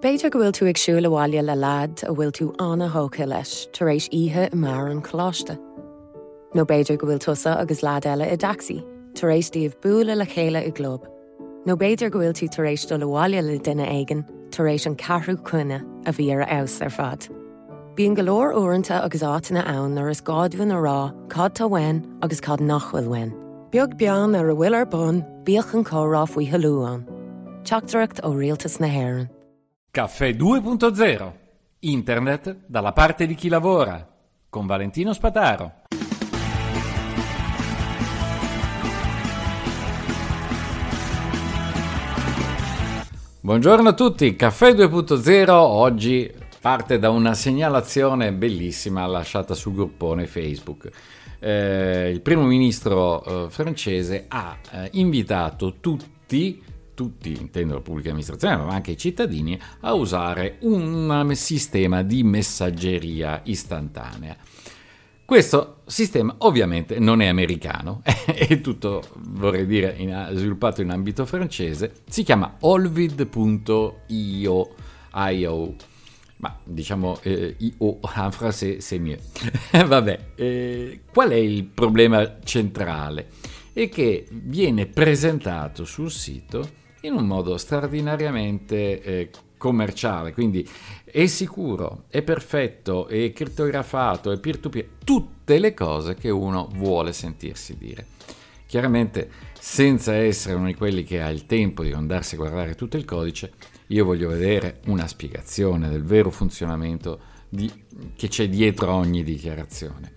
beidir go bhfuil tú ag siúl abhaile le lad a bhfuil tú anna hóca leis tar éis ihe i mar an chláiste. No beidir go bhfuil tusa agus lad eile i daxi tar éis díobh búla le chéile i glob. No beidir go bhfuil tú tar éis do le bhaile le duine éigen tar éis an carthú cuine a bhí ar aus ar fad. Bíon golóir uaireanta agus átainna ann ar is gáidmhain a rá, cad tá wein agus cad nachfuil wein. Beag bean ar a bhfuil ar bon, bíoch an córá faoi halúán. Teachtareacht ó Rialtas na HÉireann. Caffè 2.0. Internet dalla parte di chi lavora. Con Valentino Spataro. Buongiorno a tutti, Caffè 2.0 oggi parte da una segnalazione bellissima lasciata sul gruppone Facebook. Il primo ministro francese ha invitato tutti, intendo la pubblica amministrazione, ma anche i cittadini, a usare un sistema di messaggeria istantanea. Questo sistema ovviamente non è americano, è tutto, vorrei dire, sviluppato in ambito francese, si chiama Olvid.io, ma diciamo io en français c'est mieux. Vabbè, qual è il problema centrale? È che viene presentato sul sito in un modo straordinariamente commerciale, quindi è sicuro, è perfetto, è crittografato, è peer-to-peer, tutte le cose che uno vuole sentirsi dire. Chiaramente, senza essere uno di quelli che ha il tempo di andarsi a guardare tutto il codice, io voglio vedere una spiegazione del vero funzionamento che c'è dietro a ogni dichiarazione.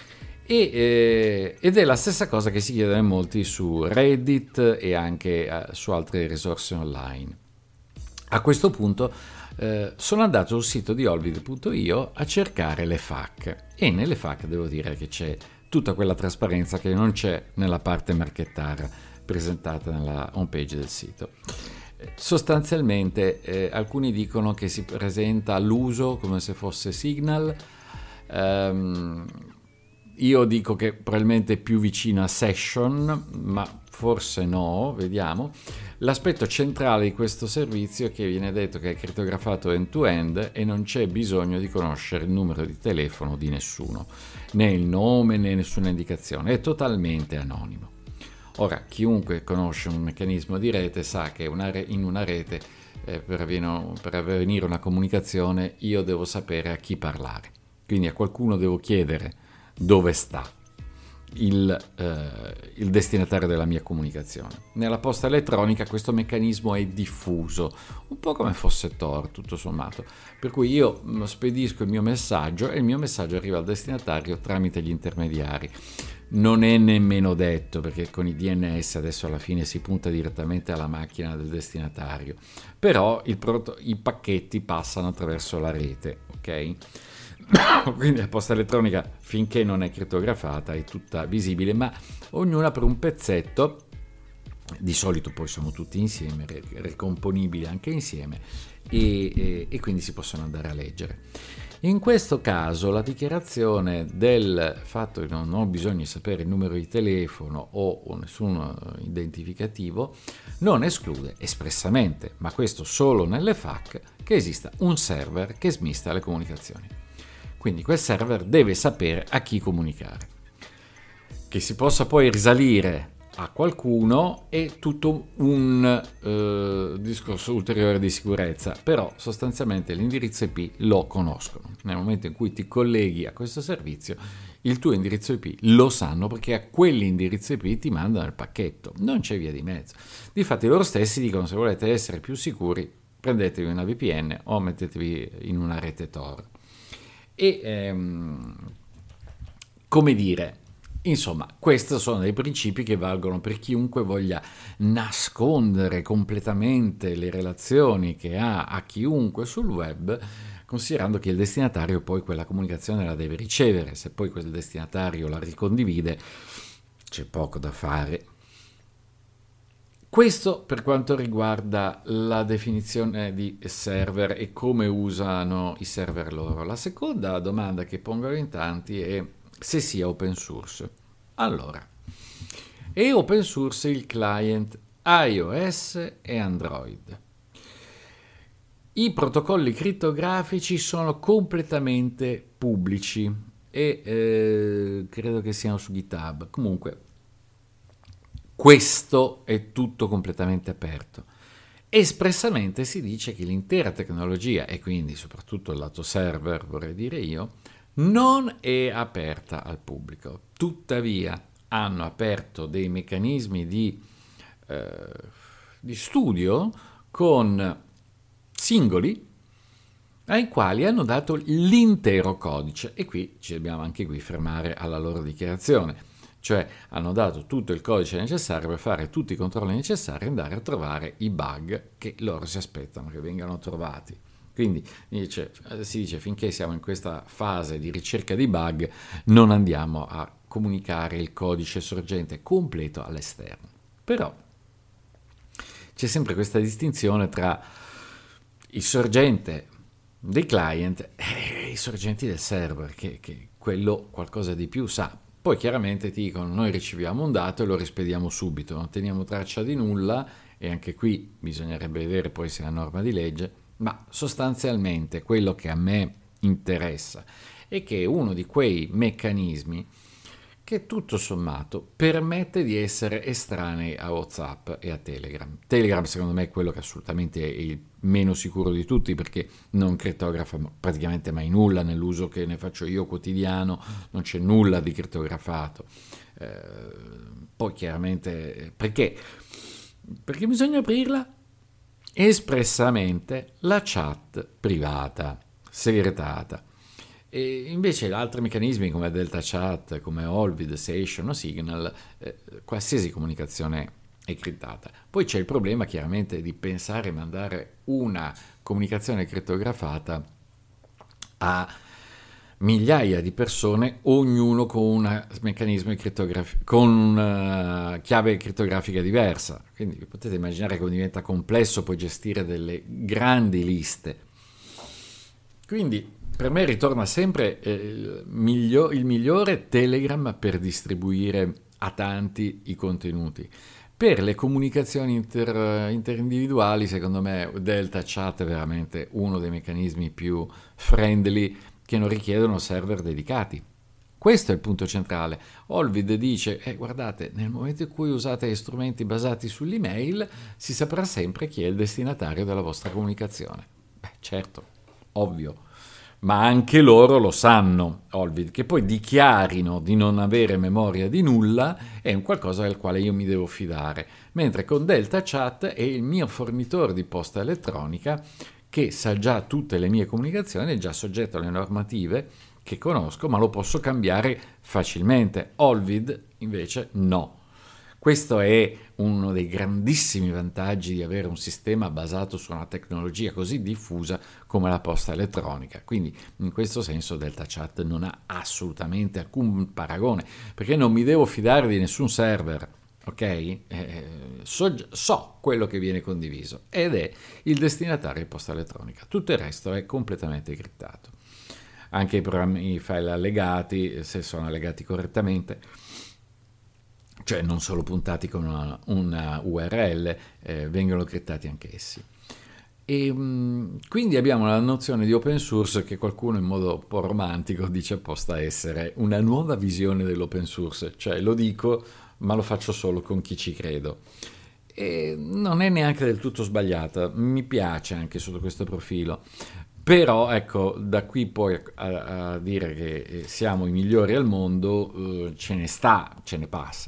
Ed è la stessa cosa che si chiedono in molti su Reddit e anche su altre risorse online. A questo punto sono andato sul sito di Olvid.io a cercare le FAQ e nelle FAQ devo dire che c'è tutta quella trasparenza che non c'è nella parte marchettara presentata nella homepage del sito. Sostanzialmente alcuni dicono che si presenta all'uso come se fosse Signal, io dico che probabilmente è più vicino a Session, ma forse no, vediamo. L'aspetto centrale di questo servizio è che viene detto che è crittografato end-to-end e non c'è bisogno di conoscere il numero di telefono di nessuno, né il nome né nessuna indicazione, è totalmente anonimo. Ora, chiunque conosce un meccanismo di rete sa che in una rete per avvenire una comunicazione io devo sapere a chi parlare, quindi a qualcuno devo chiedere dove sta il destinatario della mia comunicazione. Nella posta elettronica questo meccanismo è diffuso, un po' come fosse Tor, tutto sommato, per cui io spedisco il mio messaggio e il mio messaggio arriva al destinatario tramite gli intermediari. Non è nemmeno detto, perché con i DNS adesso alla fine si punta direttamente alla macchina del destinatario, però i pacchetti passano attraverso la rete, ok? Quindi la posta elettronica, finché non è crittografata, è tutta visibile, ma ognuna per un pezzetto, di solito poi sono tutti insieme, ricomponibili anche insieme, e quindi si possono andare a leggere. In questo caso la dichiarazione del fatto che non ho bisogno di sapere il numero di telefono o nessun identificativo non esclude espressamente, ma questo solo nelle FAQ, che esista un server che smista le comunicazioni. Quindi quel server deve sapere a chi comunicare. Che si possa poi risalire a qualcuno è tutto un discorso ulteriore di sicurezza, però sostanzialmente l'indirizzo IP lo conoscono. Nel momento in cui ti colleghi a questo servizio, il tuo indirizzo IP lo sanno, perché a quell'indirizzo IP ti mandano il pacchetto, non c'è via di mezzo. Difatti loro stessi dicono: se volete essere più sicuri, prendetevi una VPN o mettetevi in una rete Tor. E come dire, insomma, questi sono dei principi che valgono per chiunque voglia nascondere completamente le relazioni che ha a chiunque sul web, considerando che il destinatario poi quella comunicazione la deve ricevere. Se poi quel destinatario la ricondivide, c'è poco da fare. Questo per quanto riguarda la definizione di server e come usano i server loro. La seconda domanda che pongono in tanti è se sia open source. Allora, è open source il client iOS e Android. I protocolli crittografici sono completamente pubblici e credo che siano su GitHub. Comunque, questo è tutto completamente aperto. Espressamente si dice che l'intera tecnologia, e quindi soprattutto il lato server, vorrei dire io, non è aperta al pubblico. Tuttavia hanno aperto dei meccanismi di studio con singoli ai quali hanno dato l'intero codice, e qui ci dobbiamo anche qui fermare alla loro dichiarazione, cioè hanno dato tutto il codice necessario per fare tutti i controlli necessari e andare a trovare i bug che loro si aspettano che vengano trovati. Quindi si dice finché siamo in questa fase di ricerca di bug non andiamo a comunicare il codice sorgente completo all'esterno. Però c'è sempre questa distinzione tra il sorgente dei client e i sorgenti del server, che quello qualcosa di più sa. Poi chiaramente ti dicono noi riceviamo un dato e lo rispediamo subito, non teniamo traccia di nulla, e anche qui bisognerebbe vedere poi se è una norma di legge, ma sostanzialmente quello che a me interessa è che è uno di quei meccanismi che tutto sommato permette di essere estranei a WhatsApp e a Telegram. Telegram secondo me è quello che assolutamente è il meno sicuro di tutti, perché non crittografa praticamente mai nulla nell'uso che ne faccio io quotidiano, non c'è nulla di crittografato. Poi chiaramente perché bisogna aprirla espressamente la chat privata, segretata. E invece altri meccanismi come Delta Chat, come Olvid, Session o Signal, qualsiasi comunicazione è criptata. Poi c'è il problema chiaramente di pensare e mandare una comunicazione crittografata a migliaia di persone, ognuno con un meccanismo di con una chiave crittografica diversa. Quindi potete immaginare come diventa complesso poi gestire delle grandi liste. Quindi per me ritorna sempre il migliore Telegram per distribuire a tanti i contenuti. Per le comunicazioni interindividuali, secondo me, Delta Chat è veramente uno dei meccanismi più friendly che non richiedono server dedicati. Questo è il punto centrale. Olvid dice, guardate, nel momento in cui usate strumenti basati sull'email, si saprà sempre chi è il destinatario della vostra comunicazione. Beh, certo, ovvio. Ma anche loro lo sanno, Olvid, che poi dichiarino di non avere memoria di nulla è un qualcosa del quale io mi devo fidare, mentre con Delta Chat è il mio fornitore di posta elettronica che sa già tutte le mie comunicazioni, è già soggetto alle normative che conosco, ma lo posso cambiare facilmente. Olvid invece no. Questo è uno dei grandissimi vantaggi di avere un sistema basato su una tecnologia così diffusa come la posta elettronica. Quindi in questo senso Delta Chat non ha assolutamente alcun paragone, perché non mi devo fidare di nessun server, ok? So quello che viene condiviso ed è il destinatario di posta elettronica. Tutto il resto è completamente criptato. Anche i programmi, i file allegati, se sono allegati correttamente, cioè non solo puntati con una URL, vengono criptati anch'essi. E quindi abbiamo la nozione di open source che qualcuno in modo un po' romantico dice possa essere una nuova visione dell'open source, cioè lo dico ma lo faccio solo con chi ci credo. E non è neanche del tutto sbagliata, mi piace anche sotto questo profilo. Però ecco, da qui poi a dire che siamo i migliori al mondo, ce ne passa.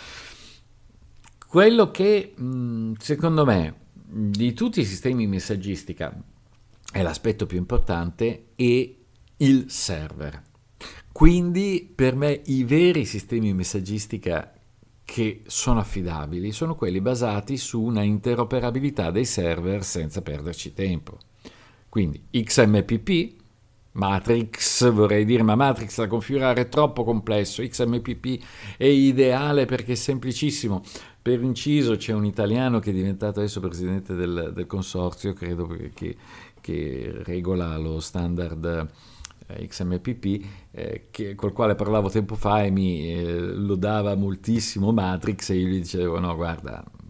Quello che secondo me di tutti i sistemi di messaggistica è l'aspetto più importante è il server. Quindi per me i veri sistemi di messaggistica che sono affidabili sono quelli basati su una interoperabilità dei server senza perderci tempo. Quindi XMPP, Matrix, vorrei dire, ma Matrix da configurare è troppo complesso. XMPP è ideale perché è semplicissimo. Per inciso c'è un italiano che è diventato adesso presidente del consorzio, credo che regola lo standard XMPP, col quale parlavo tempo fa e mi lodava moltissimo Matrix, e io gli dicevo no guarda,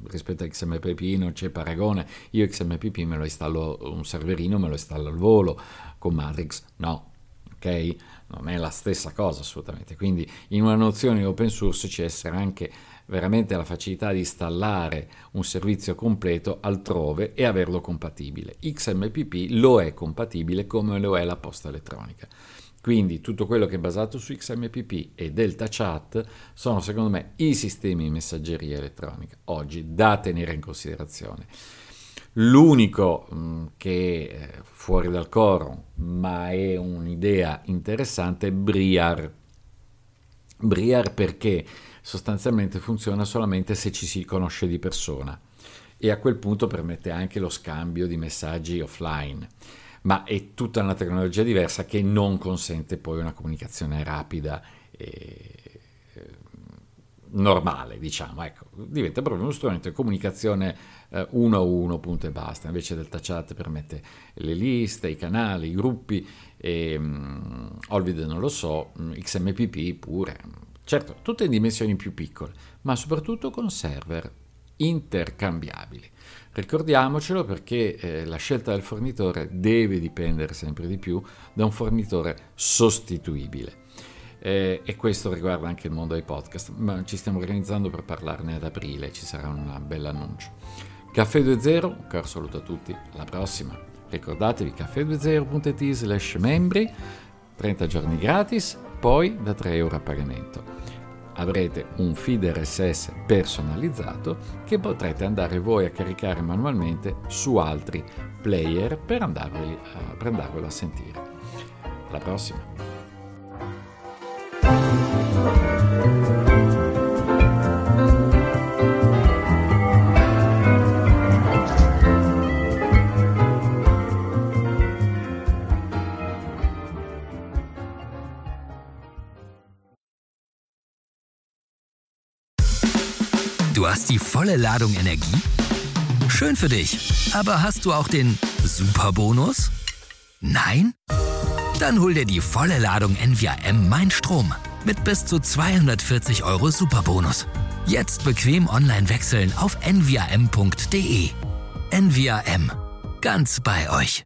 rispetto a XMPP non c'è paragone. Io XMPP me lo installo, un serverino me lo installo al volo, con Matrix no, ok? Non è la stessa cosa assolutamente. Quindi in una nozione di open source ci deve essere anche veramente la facilità di installare un servizio completo altrove e averlo compatibile. XMPP lo è compatibile come lo è la posta elettronica. Quindi tutto quello che è basato su XMPP e Delta Chat sono secondo me i sistemi di messaggeria elettronica oggi da tenere in considerazione. L'unico che è fuori dal coro, ma è un'idea interessante, è Briar. Briar perché sostanzialmente funziona solamente se ci si conosce di persona e a quel punto permette anche lo scambio di messaggi offline, ma è tutta una tecnologia diversa che non consente poi una comunicazione rapida e normale, diciamo, ecco, diventa proprio uno strumento di comunicazione uno a uno, punto e basta. Invece Delta Chat permette le liste, i canali, i gruppi, Olvid non lo so, XMPP pure, certo, tutte in dimensioni più piccole, ma soprattutto con server intercambiabili. Ricordiamocelo perché la scelta del fornitore deve dipendere sempre di più da un fornitore sostituibile. E questo riguarda anche il mondo dei podcast, ma ci stiamo organizzando per parlarne ad aprile, ci sarà un bel annuncio. Caffè 2.0, un caro saluto a tutti, alla prossima. Ricordatevi caffè20.it/membri, 30 giorni gratis, poi da 3 euro a pagamento. Avrete un feed RSS personalizzato che potrete andare voi a caricare manualmente su altri player per andarvelo a sentire. Alla prossima! Du hast die volle Ladung Energie? Schön für dich. Aber hast du auch den Superbonus? Nein? Dann hol dir die volle Ladung NVIM Mein Strom mit bis zu 240 € Superbonus. Jetzt bequem online wechseln auf nvim.de. NVIM. Ganz bei euch.